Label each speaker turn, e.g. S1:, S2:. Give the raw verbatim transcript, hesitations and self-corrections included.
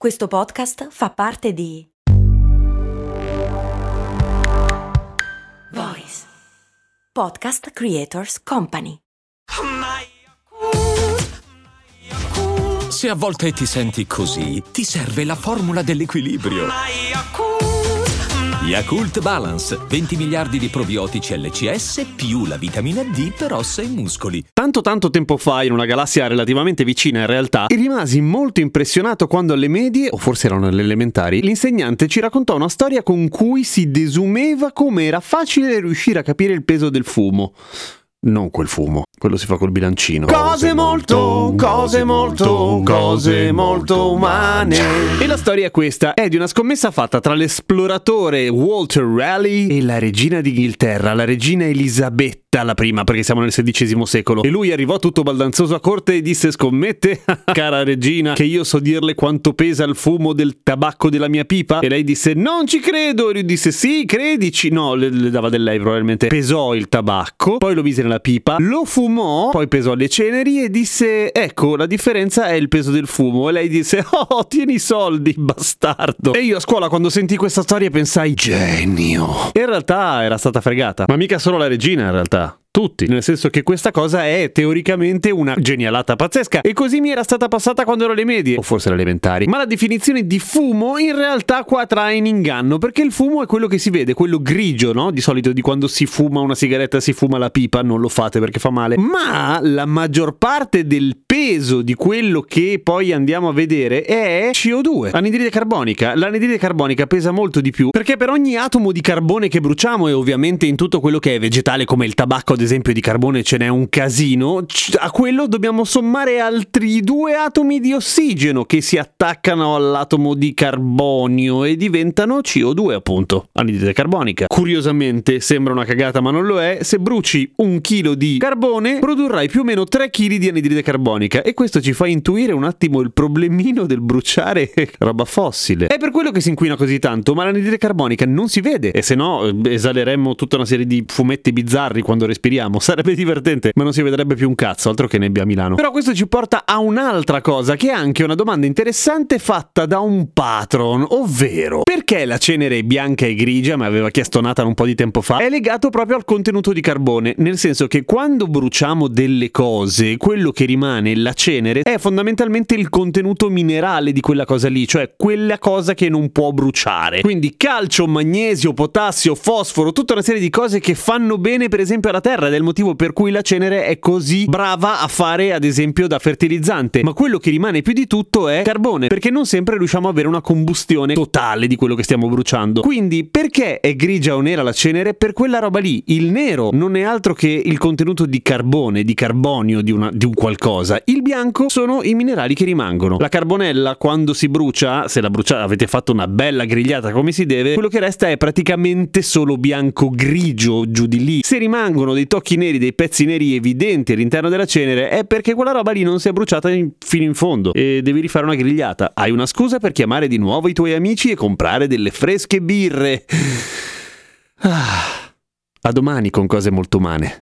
S1: Questo podcast fa parte di Voice Podcast Creators Company.
S2: Se a volte ti senti così, ti serve la formula dell'equilibrio. Yakult Balance, venti miliardi di probiotici L C S più la vitamina D per ossa e muscoli.
S3: Tanto tanto tempo fa, in una galassia relativamente vicina in realtà, rimasi molto impressionato quando alle medie, o forse erano alle elementari, l'insegnante ci raccontò una storia con cui si desumeva come era facile riuscire a capire il peso del fumo. Non quel fumo, quello si fa col bilancino. Cose molto, cose molto, cose molto umane. E la storia è questa, è di una scommessa fatta tra l'esploratore Walter Raleigh e la regina d'Inghilterra, la regina Elisabetta la prima, perché siamo nel sedicesimo secolo. E lui arrivò tutto baldanzoso a corte e disse: scommette, cara regina, che io so dirle quanto pesa il fumo del tabacco della mia pipa? E lei disse: non ci credo. E lui disse: sì, credici. No, le, le dava del lei probabilmente. Pesò il tabacco, poi lo mise nella pipa, lo fumò, poi pesò le ceneri e disse: ecco, la differenza è il peso del fumo. E lei disse: oh, tieni i soldi, bastardo. E io a scuola, quando sentii questa storia, pensai: genio. In realtà era stata fregata, ma mica solo la regina, in realtà tutti, nel senso che questa cosa è teoricamente una genialata pazzesca, e così mi era stata passata quando ero alle medie, o forse alle elementari. Ma la definizione di fumo in realtà qua trae in inganno, perché il fumo è quello che si vede, quello grigio, no? Di solito di quando si fuma una sigaretta, si fuma la pipa. Non lo fate perché fa male. Ma la maggior parte del peso di quello che poi andiamo a vedere è C O due, anidride carbonica. L'anidride carbonica pesa molto di più, perché per ogni atomo di carbone che bruciamo, e ovviamente in tutto quello che è vegetale come il tabacco ad esempio di carbone ce n'è un casino, a quello dobbiamo sommare altri due atomi di ossigeno che si attaccano all'atomo di carbonio e diventano C O due, appunto, anidride carbonica. Curiosamente sembra una cagata, ma non lo è. Se bruci un chilo di carbone produrrai più o meno tre chili di anidride carbonica, e questo ci fa intuire un attimo il problemino del bruciare roba fossile. È per quello che si inquina così tanto, ma l'anidride carbonica non si vede, e se no esaleremmo tutta una serie di fumetti bizzarri quando respiriamo. Sarebbe divertente, ma non si vedrebbe più un cazzo, altro che nebbia a Milano. Però questo ci porta a un'altra cosa, che è anche una domanda interessante fatta da un patron, ovvero: perché la cenere bianca e grigia, mi aveva chiesto Nathan un po' di tempo fa, è legato proprio al contenuto di carbone, nel senso che quando bruciamo delle cose, quello che rimane, la cenere, è fondamentalmente il contenuto minerale di quella cosa lì, cioè quella cosa che non può bruciare. Quindi calcio, magnesio, potassio, fosforo, tutta una serie di cose che fanno bene per esempio alla terra, ed è il motivo per cui la cenere è così brava a fare ad esempio da fertilizzante. Ma quello che rimane più di tutto è carbone, perché non sempre riusciamo ad avere una combustione totale di quello che stiamo bruciando. Quindi perché è grigia o nera la cenere? Per quella roba lì. Il nero non è altro che il contenuto di carbone, di carbonio di, una, di un qualcosa. Il bianco sono i minerali che rimangono. La carbonella, quando si brucia, se la bruciate, avete fatto una bella grigliata come si deve, quello che resta è praticamente solo bianco grigio giù di lì. Se rimangono dei tocchi neri, dei pezzi neri evidenti all'interno della cenere, è perché quella roba lì non si è bruciata in, fino in fondo, e devi rifare una grigliata. Hai una scusa per chiamare di nuovo i tuoi amici e comprare delle fresche birre. Ah, a domani con cose molto umane.